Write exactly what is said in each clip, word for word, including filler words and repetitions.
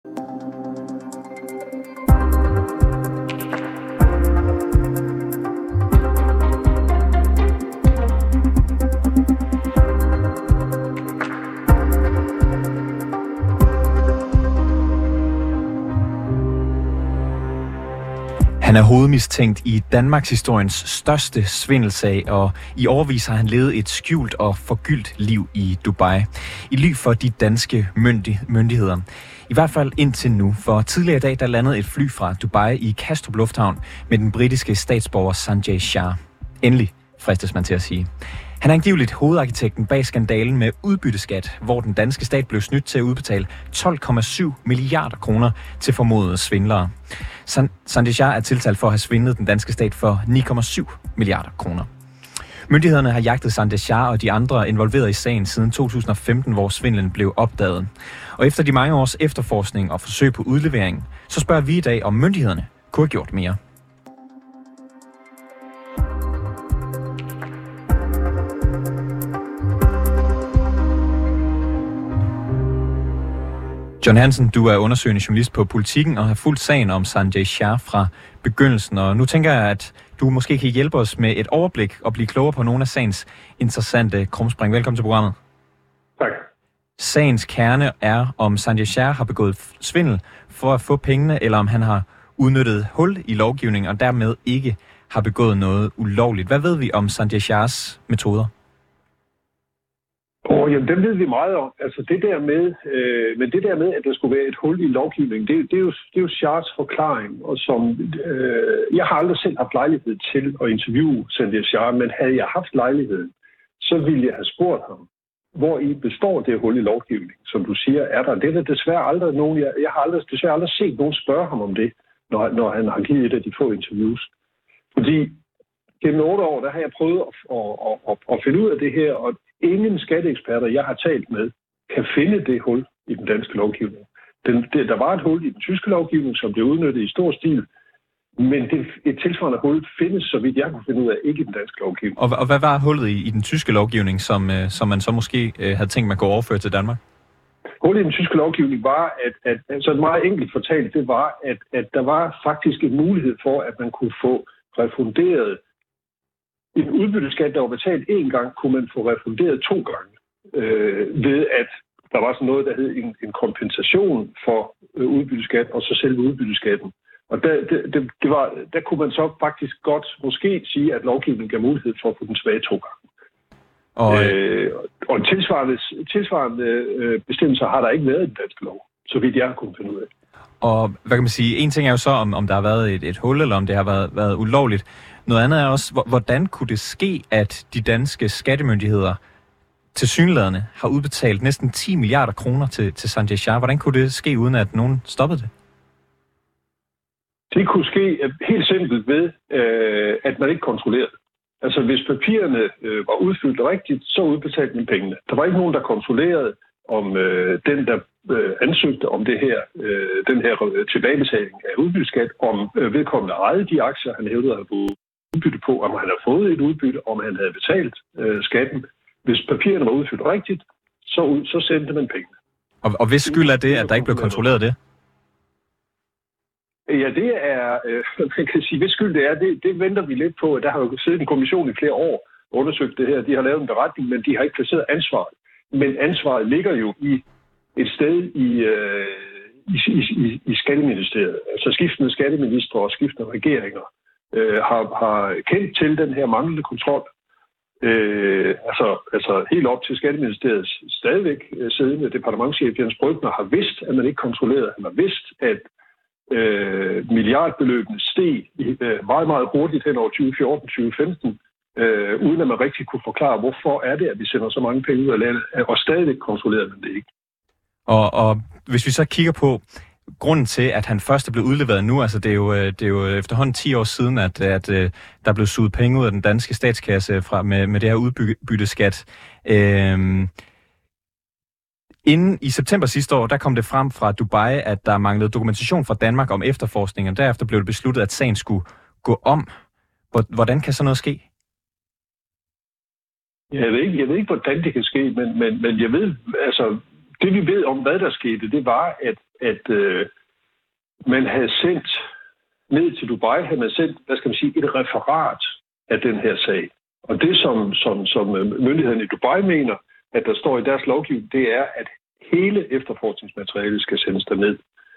Han er hovedmistænkt i Danmarks historiens største svindelsag, og i årevis har han levet et skjult og forgyldt liv i Dubai. I ly for de danske myndigheder. I hvert fald indtil nu, for tidligere i dag der landede et fly fra Dubai i Kastrup Lufthavn med den britiske statsborger Sanjay Shah. Endelig, fristes man til at sige. Han er angiveligt hovedarkitekten bag skandalen med udbytteskat, hvor den danske stat blev snydt til at udbetale tolv komma syv milliarder kroner til formodede svindlere. San- Sanjay Shah er tiltalt for at have svindlet den danske stat for ni komma syv milliarder kroner. Myndighederne har jagtet Sanjay Shah og de andre involverede i sagen siden to tusind og femten, hvor svindlen blev opdaget. Og efter de mange års efterforskning og forsøg på udlevering, så spørger vi i dag, om myndighederne kunne have gjort mere. John Hansen, du er undersøgende journalist på Politiken og har fulgt sagen om Sanjay Shah fra begyndelsen. Og nu tænker jeg, at du måske kan hjælpe os med et overblik og blive klogere på nogle af sagens interessante krumspring. Velkommen til programmet. Tak. Sagens kerne er, om Sanjay Shah har begået svindel for at få pengene, eller om han har udnyttet hul i lovgivningen og dermed ikke har begået noget ulovligt. Hvad ved vi om Sanjay Shahs metoder? Oh, jamen, dem ved vi meget om. Altså det der med, øh, men det der med, at der skulle være et hul i lovgivningen, det, det, er, jo, det er jo Shahs forklaring. Og som, øh, jeg har aldrig selv haft lejlighed til at interviewe Sanjay Shah, men havde jeg haft lejligheden, så ville jeg have spurgt ham, hvor i består det hul i lovgivningen, som du siger, er der. Det er der desværre aldrig nogen, jeg, jeg har aldrig, desværre aldrig set nogen spørge ham om det, når, når han har givet et af de få interviews. Fordi gennem otte år, der har jeg prøvet at, at, at, at, at finde ud af det her, og ingen skatteeksperter, jeg har talt med, kan finde det hul i den danske lovgivning. Den, det, der var et hul i den tyske lovgivning, som blev udnyttet i stor stil, men det, et tilsvarende hul findes, så vidt jeg kunne finde ud af, ikke i den danske lovgivning. Og, og hvad var hullet i, i den tyske lovgivning, som, øh, som man så måske øh, havde tænkt, man kunne overføre til Danmark? Hullet i den tyske lovgivning var, at, at altså meget enkelt fortalt, det var, at, at der var faktisk en mulighed for, at man kunne få refunderet en udbytteskat, der var betalt én gang, kunne man få refunderet to gange, øh, ved at der var sådan noget, der hed en, en kompensation for øh, udbytteskat, og så selve udbytteskatten. Og der, det, det, det var, der kunne man så faktisk godt måske sige, at lovgivningen gav mulighed for at få den tilbage to gange. Og, øh, og tilsvarende, tilsvarende øh, bestemmelser har der ikke været i den danske lov, så vidt jeg kunne finde ud af. Og hvad kan man sige, en ting er jo så, om, om der har været et, et hul, eller om det har været, været ulovligt. Noget andet er også, hvordan kunne det ske, at de danske skattemyndigheder tilsyneladende har udbetalt næsten ti milliarder kroner til, til Sanjay Shah? Hvordan kunne det ske, uden at nogen stoppede det? Det kunne ske helt simpelt ved, øh, at man ikke kontrollerede. Altså hvis papirerne øh, var udfyldt rigtigt, så udbetalte man pengene. Der var ikke nogen, der kontrollerede, om øh, den, der øh, ansøgte om det her, øh, den her tilbagebetaling af udbytteskat, om øh, vedkommende ejede de aktier, han hævdede at have fået udbytte på, om han havde fået et udbytte, om han havde betalt øh, skatten. Hvis papirerne var udfyldt rigtigt, så, ud, så sendte man pengene. Og, og hvis skyld er det, at der ikke blev kontrolleret det? Ja, det er, øh, man kan sige, hvis skyld det er, det, det venter vi lidt på. Der har jo siddet en kommission i flere år og undersøgt det her. De har lavet en beretning, men de har ikke placeret ansvaret. Men ansvaret ligger jo i et sted i, øh, i, i, i Skatteministeriet. Altså skiftende skatteministre og skiftende regeringer øh, har, har kendt til den her manglende kontrol. Øh, altså, altså helt op til Skatteministeriets stadigvæk øh, siddende departementschef Jens Brøgner har vidst, at man ikke kontrollerede. Han har vidst, at øh, milliardbeløbene steg øh, meget, meget hurtigt hen over tyve fjorten til tyve femten, øh, uden at man rigtig kunne forklare, hvorfor er det, at vi sender så mange penge ud af landet, og stadigvæk kontrollerer man det ikke. Og, og hvis vi så kigger på grunden til, at han først er blevet udleveret nu, altså det er jo, det er jo efterhånden ti år siden, at, at der blev suget penge ud af den danske statskasse fra, med, med det her udbytteskat. Øhm, inden i september sidste år, der kom det frem fra Dubai, at der manglede dokumentation fra Danmark om efterforskning, og derefter blev det besluttet, at sagen skulle gå om. Hvordan kan sådan noget ske? Jeg ved ikke, jeg ved ikke hvordan det kan ske, men, men, men jeg ved, altså det vi ved om, hvad der skete, det var, at, at øh, man havde sendt ned til Dubai, havde man sendt, hvad skal man sige, et referat af den her sag. Og det, som, som, som myndighederne i Dubai mener, at der står i deres lovgivning, det er, at hele efterforskningsmaterialet skal sendes derned,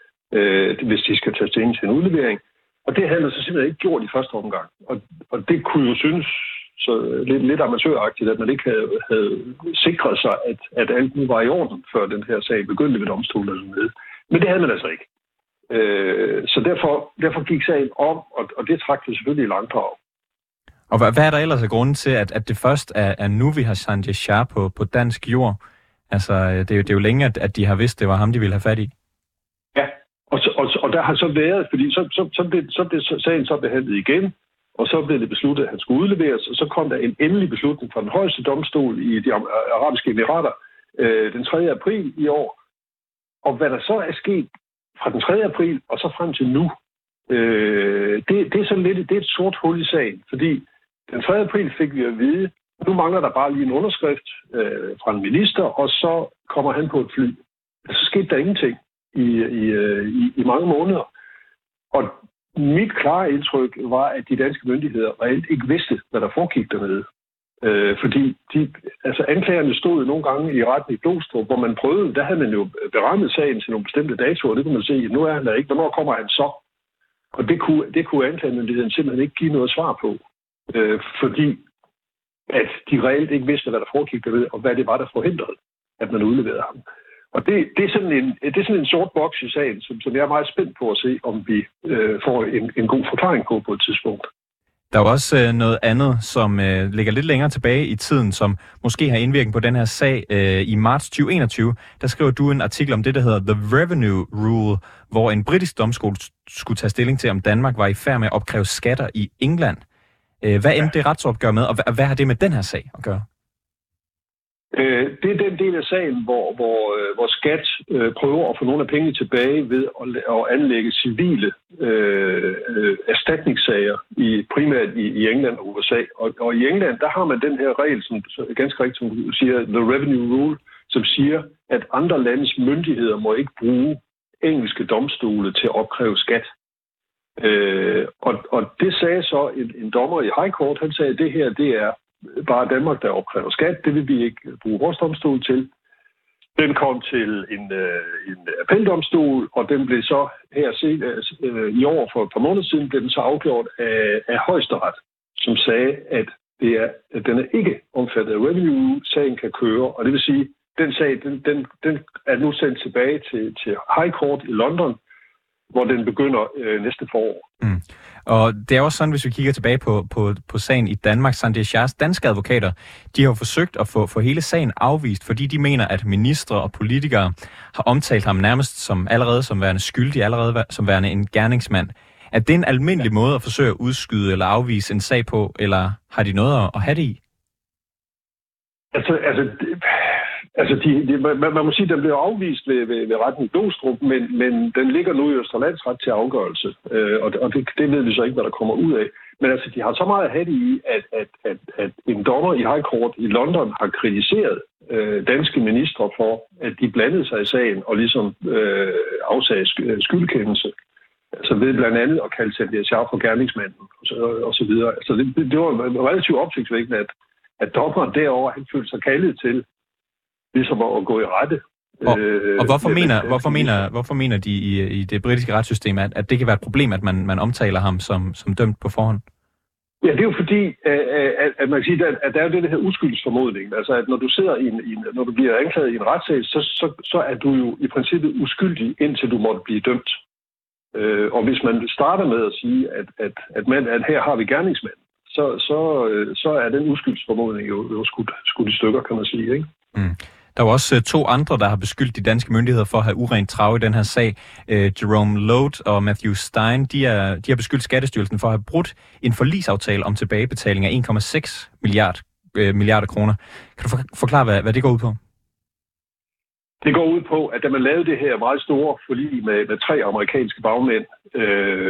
øh, hvis de skal tage stilling til en udlevering. Og det havde man så simpelthen ikke gjort i første omgang. Og, og det kunne jo synes så lidt, lidt amatøragtigt, at man ikke havde, havde sikret sig, at, at alt nu var i orden, før den her sag begyndte ved domstolen. Men det havde man altså ikke. Øh, så derfor, derfor gik sagen om, og, og det trak det selvfølgelig i langdrag. Og hvad, hvad er der ellers af grunden til, at, at det først er, er nu, vi har Sanjay Shah på, på dansk jord? Altså, det er jo, det er jo længe, at, at de har vidst, det var ham, de ville have fat i. Ja, og, så, og, og der har så været, fordi så, så, så, blev, så blev sagen så behandlet igen, og så blev det besluttet, at han skulle udleveres, og så kom der en endelig beslutning fra den højeste domstol i de arabiske emirater øh, den tredje april i år. Og hvad der så er sket fra den tredje april og så frem til nu, øh, det, det er sådan lidt det er et sort hul i sagen, fordi den tredje april fik vi at vide, nu mangler der bare lige en underskrift øh, fra en minister, og så kommer han på et fly. Så skete der ingenting i, i, i, i mange måneder. Og mit klare indtryk var, at de danske myndigheder reelt ikke vidste, hvad der foregik dernede. Øh, fordi de, altså anklagerne stod nogle gange i retten i Glostrup, hvor man prøvede, der havde man jo beregnet sagen til nogle bestemte datoer, det kunne man se, nu er han der ikke, hvornår kommer han så? Og det kunne, det kunne anklagemyndigheden simpelthen ikke give noget svar på, øh, fordi at de reelt ikke vidste, hvad der foregik dernede, og hvad det var, der forhindrede, at man udleverede ham. Og det, det, er sådan en, det er sådan en sort boks i sagen, som, som jeg er meget spændt på at se, om vi øh, får en, en god forklaring på på et tidspunkt. Der er også øh, noget andet, som øh, ligger lidt længere tilbage i tiden, som måske har indvirkning på den her sag. Øh, I marts tyve enogtyve, der skriver du en artikel om det, der hedder The Revenue Rule, hvor en britisk domstol skulle tage stilling til, om Danmark var i færd med at opkræve skatter i England. Øh, hvad endte det retsopgør med, og hvad, hvad har det med den her sag at gøre? Øh, det er den del af sagen, hvor, hvor, hvor skat øh, prøver at få nogle af pengene tilbage ved at, at anlægge civile øh, øh, erstatningssager, i, primært i, i England og U S A. Og, og i England, der har man den her regel, som ganske rigtigt, som du siger, The Revenue Rule, som siger, at andre landes myndigheder må ikke bruge engelske domstole til at opkræve skat. Øh, og, og det sagde så en, en dommer i High Court, han sagde, at det her, det er bare Danmark, der opkræver skat. Det vil vi ikke bruge vores domstol til. Den kom til en, øh, en appeldomstol, og den blev så her set, øh, i år for et par måneder siden, blev den så afgjort af, af Højesteret, som sagde, at, det er, at den er ikke omfattet af revenue. Sagen kan køre, og det vil sige, den sag den, den, den er nu sendt tilbage til, til High Court i London, hvor den begynder øh, næste forår. Mm. Og det er også sådan, hvis vi kigger tilbage på, på, på sagen i Danmark, Sanjay Shahs danske advokater, de har jo forsøgt at få, få hele sagen afvist, fordi de mener, at ministre og politikere har omtalt ham nærmest som allerede som værende skyldig, allerede som værende en gerningsmand. Er det en almindelig ja. måde at forsøge at udskyde eller afvise en sag på, eller har de noget at have det i? Altså, altså det... Altså, de, de, man, man må sige, at den blev afvist ved, ved, ved retten i Glostrup, men, men den ligger nu i Østre Landsret til afgørelse, øh, og, og det, det ved vi så ikke, hvad der kommer ud af. Men altså, de har så meget at have det i, at, at, at, at en dommer i High Court i London har kritiseret øh, danske ministre for, at de blandede sig i sagen og ligesom øh, afsagde skyldkendelse. Altså ved blandt andet at kalde Sanjay Shah for gerningsmanden, og så, og så videre. Altså, det, det var relativt opsigtsvækkende, at, at dommeren derovre, han følte sig kaldet til ligesom at gå i rette. Og, øh, og hvorfor, mener, hvorfor, mener, hvorfor mener de i, i det britiske retssystem, at, at det kan være et problem, at man, man omtaler ham som, som dømt på forhånd? Ja, det er jo fordi, at, at, at man kan sige, at, at der er jo det, der hedder uskyldsformodning. Altså, at når du sidder i en, i en, når du bliver anklaget i en retssag, så, så, så er du jo i princippet uskyldig, indtil du måtte blive dømt. Øh, og hvis man starter med at sige, at, at, at, man, at her har vi gerningsmand, så, så, så er den uskyldsformodning jo, jo skudt, skudt i stykker, kan man sige, ikke? Mm. Der var også to andre, der har beskyldt de danske myndigheder for at have urent trav i den her sag. Uh, Jerome Lode og Matthew Stein, de, er, de har beskyldt Skattestyrelsen for at have brudt en forlisaftale om tilbagebetaling af en komma seks milliard, uh, milliarder kroner. Kan du for, forklare, hvad, hvad det går ud på? Det går ud på, at da man lavede det her meget store forlig med, med tre amerikanske bagmænd, øh,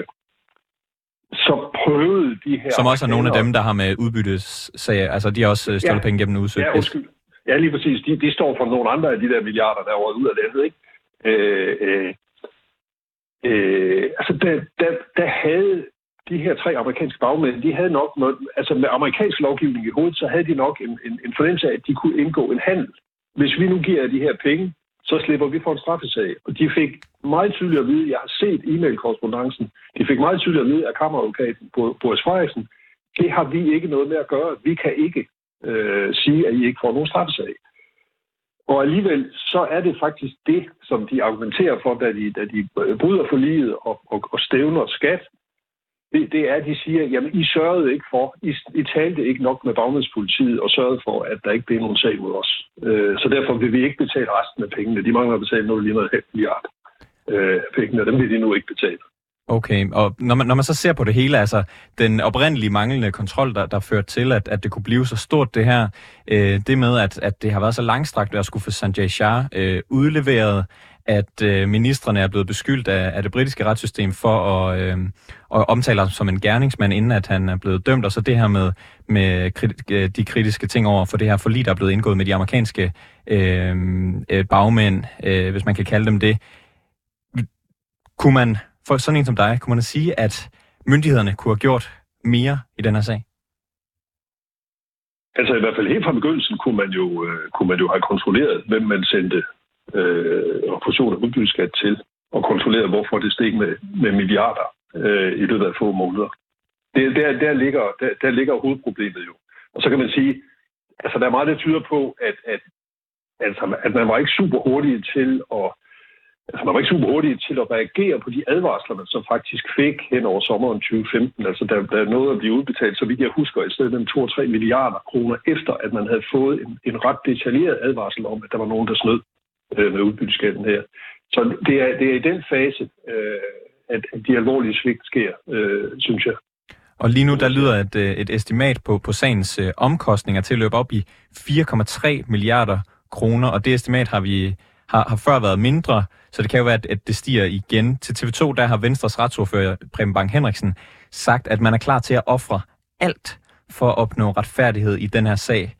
så prøvede de her... Som også er nogle af dem, der har med udbyttesager. Altså, de har også stjålet ja, penge gennem udsøgt. Ja, undskyld. Ja, lige præcis. De, de står for nogle andre af de der milliarder, der er over ud af landet, ikke? Øh, øh, øh, altså, der, der, der havde de her tre amerikanske bagmænd, de havde nok noget, altså med amerikansk lovgivning i hovedet, så havde de nok en, en, en fornemmelse af, at de kunne indgå en handel. Hvis vi nu giver de her penge, så slipper vi for en straffesag. Og de fik meget tydeligt at vide, jeg har set e-mail-korrespondancen, de fik meget tydeligt at vide af kammeradvokaten Boris Frederiksen, det har vi ikke noget med at gøre. Vi kan ikke øh, sige, at I ikke får nogen straffesag. Og alligevel, så er det faktisk det, som de argumenterer for, da de, da de bryder forliget og, og, og stævner skat. Det, det er, at de siger, jamen I sørgede ikke for, I, I talte ikke nok med bagmandspolitiet og sørgede for, at der ikke blev nogen sag mod os. Øh, så derfor vil vi ikke betale resten af pengene. De mangler at betale noget lige noget halvt milliard øh, pengene, og dem vil de nu ikke betale. Okay, og når man, når man så ser på det hele, altså den oprindelige manglende kontrol, der, der førte til, at, at det kunne blive så stort det her, øh, det med, at, at det har været så langstrakt, at skulle få Sanjay Shah øh, udleveret, at øh, ministerne er blevet beskyldt af, af det britiske retssystem for at, øh, at omtale ham som en gerningsmand, inden at han er blevet dømt, og så det her med, med krit- de kritiske ting over for det her forlig, der er blevet indgået med de amerikanske øh, bagmænd, øh, hvis man kan kalde dem det. Kunne man, for sådan en som dig, kunne man sige, at myndighederne kunne have gjort mere i den her sag? Altså i hvert fald helt fra begyndelsen kunne man jo, øh, kunne man jo have kontrolleret, hvem man sendte øh, refusion af udbytteskat til, og kontrolleret, hvorfor det steg med, med milliarder øh, i løbet af få måneder. Det, der, der, ligger, der, der ligger hovedproblemet jo. Og så kan man sige, altså der er meget, der tyder på, at, at, altså, at man var ikke super hurtig til at Altså, man var ikke super hurtigt til at reagere på de advarsler, man så faktisk fik hen over sommeren tyve femten. Altså, der, der er noget at blive udbetalt, så vidt jeg husker, i stedet mellem to og tre milliarder kroner, efter at man havde fået en, en ret detaljeret advarsel om, at der var nogen, der snød øh, med udbytteskatten her. Så det er, det er i den fase, øh, at de alvorlige svigt sker, øh, synes jeg. Og lige nu, der lyder et, et estimat på, på sagens øh, omkostninger til at løbe op i fire komma tre milliarder kroner, og det estimat har vi har, har før været mindre, så det kan jo være, at det stiger igen. Til T V to, der har Venstres retsordfører Preben Bang Henriksen sagt, at man er klar til at ofre alt for at opnå retfærdighed i den her sag.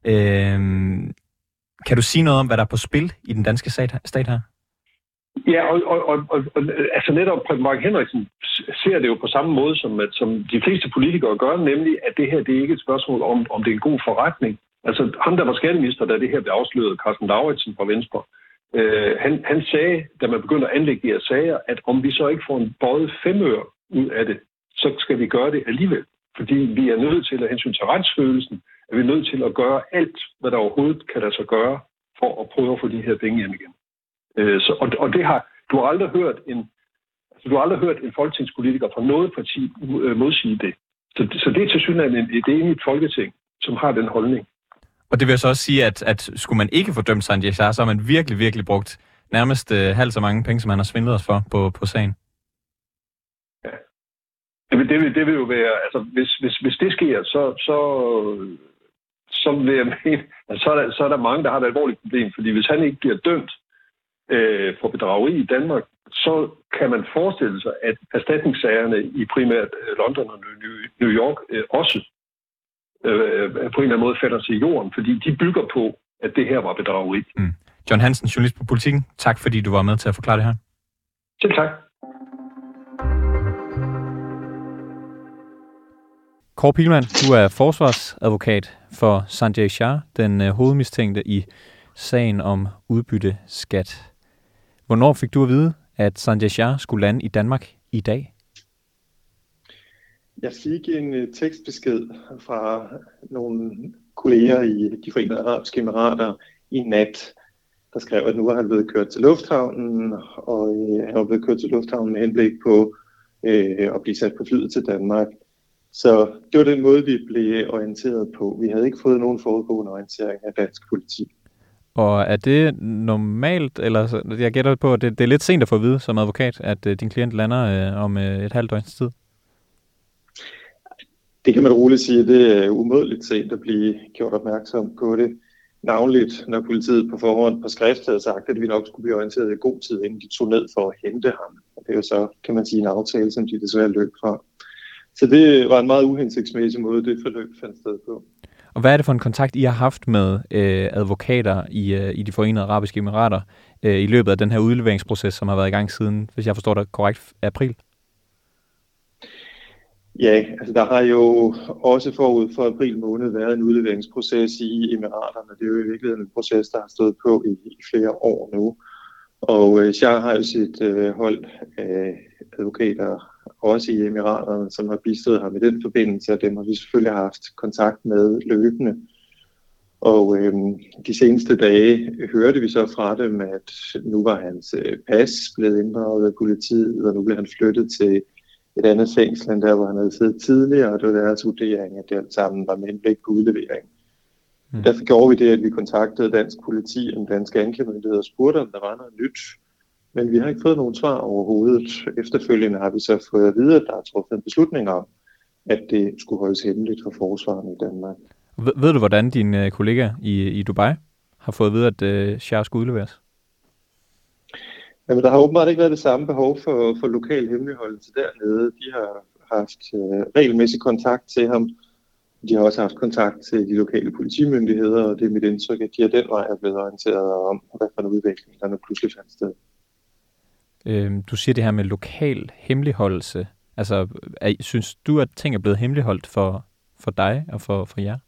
Øhm, kan du sige noget om, hvad der er på spil i den danske stat her? Ja, og, og, og, og, og altså netop Preben Bang Henriksen ser det jo på samme måde, som, at, som de fleste politikere gør, nemlig at det her det er ikke et spørgsmål om, om det er en god forretning. Altså ham, der var skatteminister, da det her blev afsløret, Karsten Lauritsen fra Venstre, øh, han, han sagde, da man begyndte at anlægge de her sager, at om vi så ikke får en bøjet femøre ud af det, så skal vi gøre det alligevel. Fordi vi er nødt til at hensyn til retsfølelsen, at vi er nødt til at gøre alt, hvad der overhovedet kan lade sig gøre, for at prøve at få de her penge hjem igen. Øh, så, og, og det har du har aldrig hørt en altså, du har aldrig hørt en folketingspolitiker fra noget parti øh, modsige det. Så, så det er til synligheden et enigt folketing, som har den holdning. Og det vil så også sige, at, at skulle man ikke få dømt Sanjay Shah, så har man virkelig, virkelig brugt nærmest øh, halvt så mange penge, som han har svindlet os for på, på sagen. Ja. Det vil, det vil, det vil jo være, altså hvis, hvis, hvis det sker, så, så, så vil jeg mene, at så er, der, så er der mange, der har et alvorligt problem, fordi hvis han ikke bliver dømt øh, for bedrageri i Danmark, så kan man forestille sig, at erstatningssagerne i primært London og New York øh, også øh, på en eller anden måde falder til jorden, fordi de bygger på, at det her var bedrageri. Mm. John Hansen, journalist på Politiken. Tak fordi du var med til at forklare det her. Selv tak. Kåre Pilman, du er forsvarsadvokat for Sanjay Shah, den øh, hovedmistænkte i sagen om udbytteskat. Hvornår fik du at vide, at Sanjay Shah skulle lande i Danmark i dag? Jeg fik en tekstbesked fra nogle kolleger i de Forenede Arabiske Emirater i nat, der skrev, at nu er han blevet kørt til lufthavnen, og øh, han var blevet kørt til lufthavnen med henblik på øh, at blive sat på flyet til Danmark. Så det var den måde, vi blev orienteret på. Vi havde ikke fået nogen foregående orientering af dansk politi. Og er det normalt, eller jeg gætter på, at det, det er lidt sent at få at vide som advokat, at uh, din klient lander uh, om uh, et halvt døgns tid? Det kan man roligt sige. Det er umådeligt sent at blive gjort opmærksom på det. Navnligt, når politiet på forhånd på skrift havde sagt, at vi nok skulle blive orienteret i god tid, inden de tog ned for at hente ham. Og det er jo så, kan man sige, en aftale, som de desværre løb fra. Så det var en meget uhensigtsmæssig måde, det forløb fandt sted på. Og hvad er det for en kontakt, I har haft med øh, advokater i, øh, i de Forenede Arabiske Emirater øh, i løbet af den her udleveringsproces, som har været i gang siden, hvis jeg forstår det korrekt, april? Ja, altså der har jo også forud for april måned været en udleveringsproces i Emiraterne. Det er jo i virkeligheden en proces, der har stået på i, i flere år nu. Og øh, Shah har jo sit øh, hold af advokater også i Emiraterne, som har bistået ham i den forbindelse, og dem har vi selvfølgelig haft kontakt med løbende. Og øh, de seneste dage hørte vi så fra dem, at nu var hans øh, pas blevet inddraget af politiet, og nu blev han flyttet til et andet fængsel end der, hvor han havde siddet tidligere, og det var deres vurdering, at det alt sammen var med henblik på udlevering. Mm. Derfor gjorde vi det, at vi kontaktede dansk politi og den danske anklagemyndighed og spurgte, om der var noget nyt. Men vi har ikke fået nogen svar overhovedet. Efterfølgende har vi så fået at vide, at der er truffet en beslutning om, at det skulle holdes hemmeligt for forsvaren i Danmark. Ved, ved du, hvordan din øh, kollega i, i Dubai har fået at vide, at øh, Shah skulle udleveres? Jamen, der har åbenbart ikke været det samme behov for, for lokal hemmeligholdelse dernede. De har haft øh, regelmæssig kontakt til ham. De har også haft kontakt til de lokale politimyndigheder, og det er mit indtryk, at de har den vej er blevet orienteret om, hvad for en udvikling, der nu pludselig fandt sted. Øhm, du siger det her med lokal hemmeligholdelse. Altså, er, synes du, at ting er blevet hemmeligholdt for, for dig og for, for jer?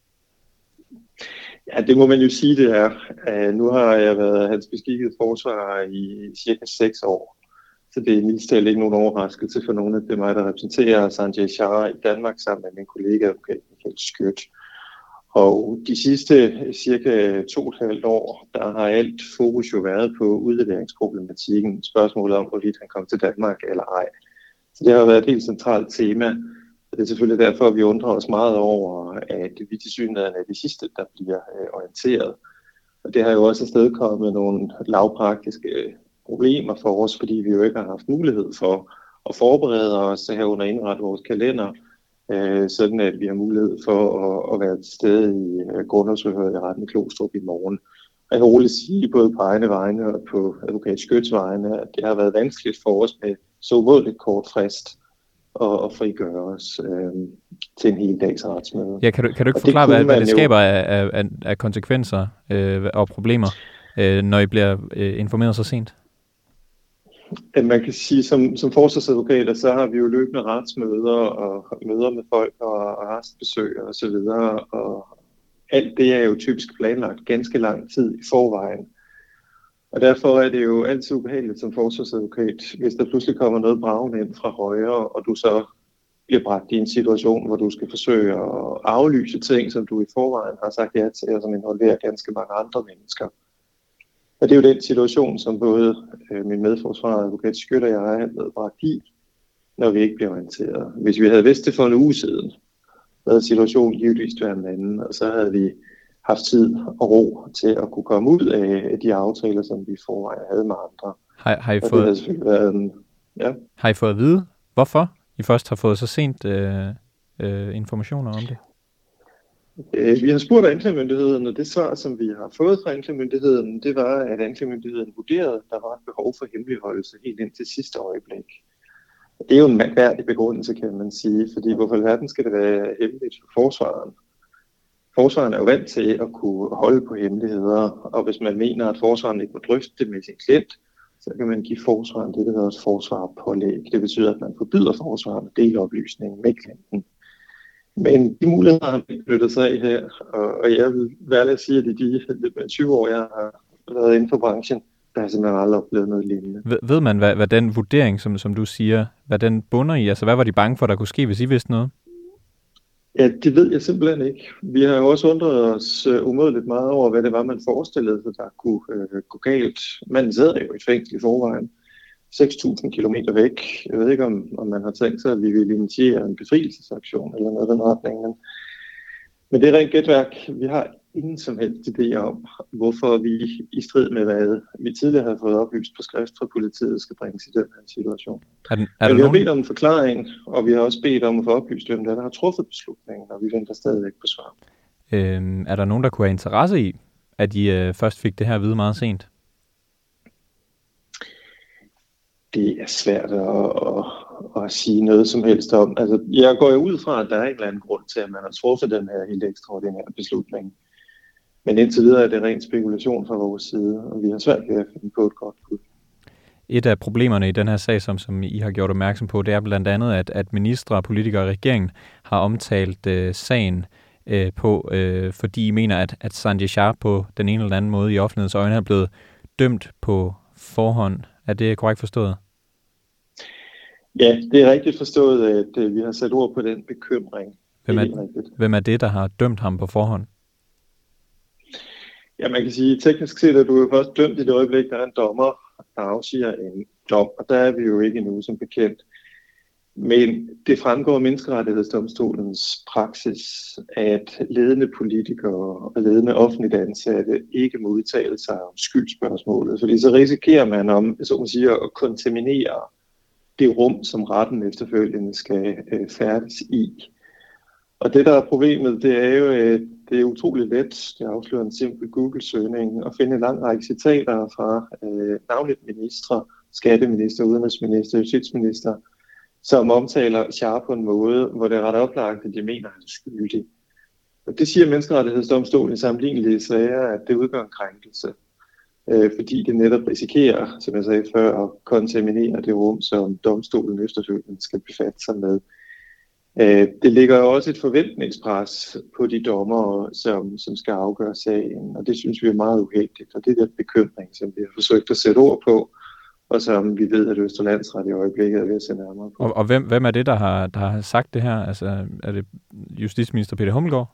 Ja, det må man jo sige, det er. Uh, nu har jeg været hans beskikkede forsvarer i cirka seks år. Så det er mildest talt ikke nogen overraskelse for nogen, at det er mig, der repræsenterer Sanjay Shah i Danmark sammen med min kollega, advokat Michael Skjødt. Og de sidste cirka to og et halvt år, der har alt fokus jo været på udleveringsproblematikken. Spørgsmålet om, hvorvidt han kom til Danmark eller ej. Så det har været et helt centralt tema. Det er selvfølgelig derfor, at vi undrer os meget over, at vi tilsyneladende er de sidste, der bliver orienteret. Og det har jo også afstedkommet nogle lavpraktiske problemer for os, fordi vi jo ikke har haft mulighed for at forberede os herunder indrette vores kalender, sådan at vi har mulighed for at være til stede i grundlovsforhøret i retten i Klostrup i morgen. Og jeg kan roligt sige, både på egne vegne og på advokat Skjøts vegne, at det har været vanskeligt for os med så umådeligt kort frist og, og frigøre os øh, til en hel dags retsmøde. Ja, kan du, kan du ikke og forklare, hvad, hvad det skaber af, af, af konsekvenser øh, og problemer, øh, når I bliver øh, informeret så sent? Man kan sige, som, som forsvarsadvokater, så har vi jo løbende retsmøder og møder med folk og, og retsbesøg og så videre, og alt det er jo typisk planlagt ganske lang tid i forvejen. Og derfor er det jo altid ubehageligt som forsvarsadvokat, hvis der pludselig kommer noget bragende ind fra højre, og du så bliver bragt i en situation, hvor du skal forsøge at aflyse ting, som du i forvejen har sagt ja til, og som involverer ganske mange andre mennesker. Og det er jo den situation, som både øh, min medforsvarer, advokat Skjødt og jeg har været bragt i, når vi ikke bliver orienteret. Hvis vi havde vidst det for en uge siden, havde situationen givetvis været en anden, og så havde vi haft tid og ro til at kunne komme ud af de aftaler, som vi i forvejen havde med andre. Har, har, I fået, været en, ja. har I fået at vide, hvorfor I først har fået så sent øh, øh, informationer om det? Øh, vi har spurgt anklagemyndigheden, og det svar, som vi har fået fra anklagemyndigheden, det var, at anklagemyndigheden vurderede, at der var et behov for hemmeligholdelse helt indtil sidste øjeblik. Det er jo en mærkværdig begrundelse, kan man sige, fordi hvorfor i verden skal det være hemmeligt for forsvaren? Forsvaren er jo vant til at kunne holde på hemmeligheder, og hvis man mener, at forsvaren ikke må drøfte det med sin klient, så kan man give forsvaren det, der hedder et forsvarpålæg. Det betyder, at man forbyder forsvaren at dele oplysningen med klienten. Men de muligheder har vi knyttet sig af her, og jeg vil være at sige, at i de tyve år, jeg har været inden for branchen, der har simpelthen aldrig oplevet noget lignende. Ved, ved man, hvad, hvad den vurdering, som, som du siger, hvad den bunder i? Altså, hvad var de bange for, der kunne ske, hvis I vidste noget? Ja, det ved jeg simpelthen ikke. Vi har jo også undret os uh, umådeligt meget over, hvad det var, man forestillede sig, der kunne uh, gå galt. Man sidder jo i et fængsel i forvejen, seks tusind kilometer væk. Jeg ved ikke, om, om man har tænkt sig, at vi ville initiere en befrielsesaktion eller noget af den retning. Men det er rent gætværk. Vi har ingen som helst idé om, hvorfor vi i strid med, hvad vi tidligere havde fået oplyst på skrift fra politiet, skal bringes i den her situation. Er den, er Men vi har nogen... bedt om en forklaring, og vi har også bedt om at få oplyst, hvem der har truffet beslutningen, og vi venter stadigvæk på svar. Øhm, er der nogen, der kunne have interesse i, at I øh, først fik det her at vide meget sent? Det er svært at, at, at sige noget som helst om. Altså, jeg går jo ud fra, at der er en eller anden grund til, at man har truffet den her helt ekstraordinære beslutning. Men indtil videre er det ren spekulation fra vores side, og vi har svært ved at finde på et godt bud. Et af problemerne i den her sag, som, som I har gjort opmærksom på, det er blandt andet, at, at ministre, politikere og regeringen har omtalt øh, sagen øh, på, øh, fordi I mener, at, at Sanjay Shah på den ene eller anden måde i offentlighedens øjne er blevet dømt på forhånd. Er det korrekt forstået? Ja, det er rigtigt forstået, at øh, vi har sat ord på den bekymring. Hvem er, hvem er det, der har dømt ham på forhånd? Ja, man kan sige, teknisk set, at du er først dømt i det øjeblik, der er en dommer, der afsiger en dom, og der er vi jo ikke endnu som bekendt. Men det fremgår af Menneskerettighedsdomstolens praksis, at ledende politikere og ledende offentligt ansatte ikke må udtale sig om skyldspørgsmålet, fordi så risikerer man om, så man siger, at kontaminere det rum, som retten efterfølgende skal øh, færdes i. Og det, der er problemet, det er jo, at det er utroligt let, det afslører en simpel Google-søgning, at finde en lang række citater fra øh, navnligt ministre, skatteminister, udenrigsminister, justitsminister, som omtaler Shah på en måde, hvor det er ret oplagt, at de mener, at han er skyldig. Og det siger Menneskerettighedsdomstolen i sammenlignelige sager, at det udgør en krænkelse, øh, fordi det netop risikerer, som jeg sagde før, at kontaminere det rum, som domstolen efterfølgende skal befatte sig med. Det ligger jo også et forventningspres på de dommere, som, som skal afgøre sagen, og det synes vi er meget uheldigt, og det er den bekymring, som vi har forsøgt at sætte ord på, og som vi ved, at Østre Landsret i øjeblikket er ved at se nærmere på. Og, og hvem, hvem er det, der har, der har sagt det her? Altså, er det justitsminister Peter Hummelgaard?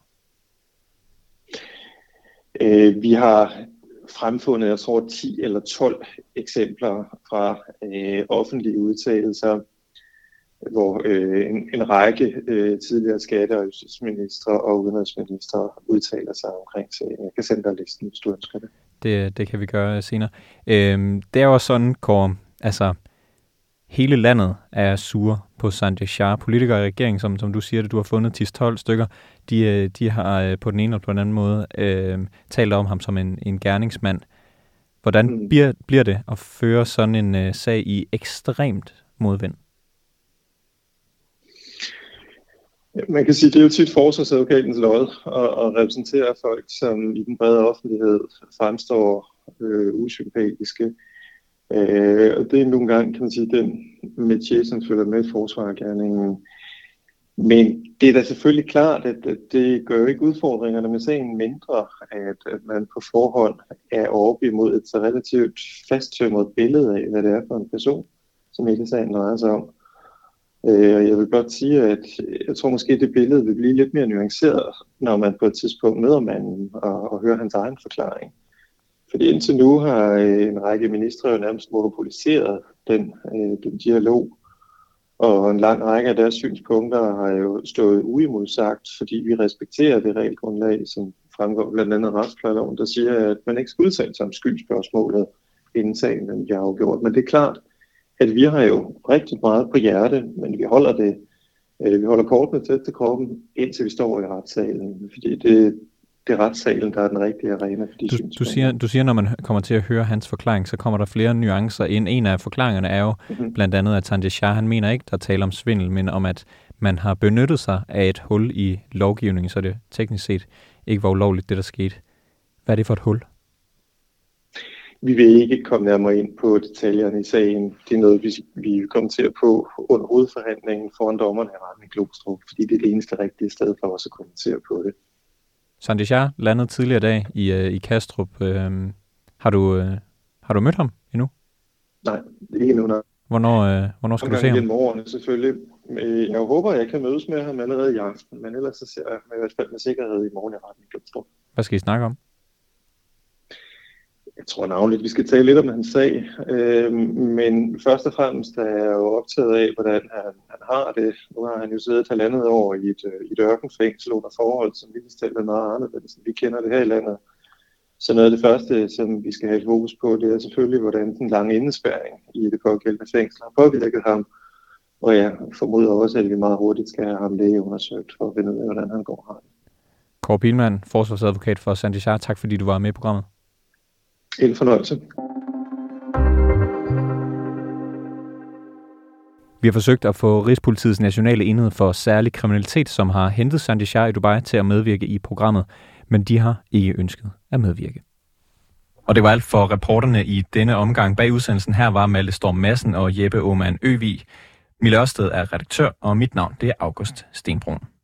Øh, vi har fremfundet, jeg tror, ti eller tolv eksempler fra øh, offentlige udtalelser, hvor øh, en, en række øh, tidligere skatte- og justitsministre og udenrigsministre udtaler sig omkring sagen. Jeg kan sende dig listen, hvis du ønsker det. Det, det kan vi gøre senere. Øhm, det er jo sådan, Kåre, altså hele landet er sure på Sanjay Shah. Politikere i regeringen, som, som du siger det, du har fundet ti til tolv stykker, de, de har på den ene eller på den anden måde øh, talt om ham som en, en gerningsmand. Hvordan mm. bliver, bliver det at føre sådan en øh, sag i ekstremt modvind? Man kan sige, at det er jo tit forsvarsadvokatens lod at, at repræsentere folk, som i den brede offentlighed fremstår øh, usympatiske. Øh, og det er nogle gange, kan man sige, den métier, som følger med forsvargerningen. Men det er da selvfølgelig klart, at det gør jo ikke udfordringerne med sagen mindre, at, at man på forhånd er oppe imod et så relativt fasttømret billede af, hvad det er for en person, som hele sagen drejer sig om. Jeg vil blot sige, at jeg tror måske, at det billede vil blive lidt mere nuanceret, når man på et tidspunkt møder manden og, og hører hans egen forklaring. Fordi indtil nu har en række ministre jo nærmest monopoliseret den, den dialog, og en lang række af deres synspunkter har jo stået uimodsagt, fordi vi respekterer det regelgrundlag, som fremgår blandt andet retsplejeloven, der siger, at man ikke skal udtale sig om skyldspørgsmålet inden sagen bliver afgjort. Men det er klart, at vi har jo rigtig meget på hjerte, men vi holder det, øh, vi holder kortene tæt til kroppen, indtil vi står i retssalen, fordi det, det er retssalen, der er den rigtige arena for de du, du siger, du siger, når man kommer til at høre hans forklaring, så kommer der flere nuancer ind. En af forklaringerne er jo mm-hmm. blandt andet, at Sanjay Shah, han mener ikke, der taler om svindel, men om, at man har benyttet sig af et hul i lovgivningen, så det teknisk set ikke var ulovligt, det der skete. Hvad er det for et hul? Vi vil ikke komme nærmere ind på detaljerne i sagen. Det er noget, vi, vi kommenterer på under hovedforhandlingen foran dommerne i retten i Glostrup, fordi det er det eneste rigtige sted for os at kommentere på det. Sanjay Shah landede tidligere i dag i, uh, i Kastrup. Uh, har, du, uh, har du mødt ham endnu? Nej, ikke endnu. Nej. Hvornår, uh, hvornår skal du se ham? Gennem årene selvfølgelig. Jeg håber, jeg kan mødes med ham allerede i aften, men ellers så ser jeg i hvert fald med sikkerhed i morgen i retten i Glostrup. Hvad skal I snakke om? Jeg tror navnligt, vi skal tale lidt om hans sag, øh, men først og fremmest er jeg jo optaget af, hvordan han, han har det. Nu har han jo siddet halvandet år i et, i et ørkenfængsel under forhold, som vi bestemt er meget anderledes, vi kender det her i landet. Så noget af det første, som vi skal have fokus på, det er selvfølgelig, hvordan den lange indespærring i det pågældende fængsel har påvirket ham. Og jeg formoder også, at vi meget hurtigt skal have ham lægeundersøgt for at finde ud af, hvordan han går her. Kåre Pilman, forsvarsadvokat for Sanjay Shah. Tak fordi du var med i programmet. En fornøjelse. Vi har forsøgt at få Rigspolitiets Nationale Enhed for Særlig Kriminalitet, som har hentet Sanjay i Dubai til at medvirke i programmet, men de har ikke ønsket at medvirke. Og det var alt for reporterne i denne omgang. Bag udsendelsen her var Malte Storm Madsen og Jeppe Aumann Øvig. Mille Ørsted er redaktør, og mit navn det er August Stenbrun.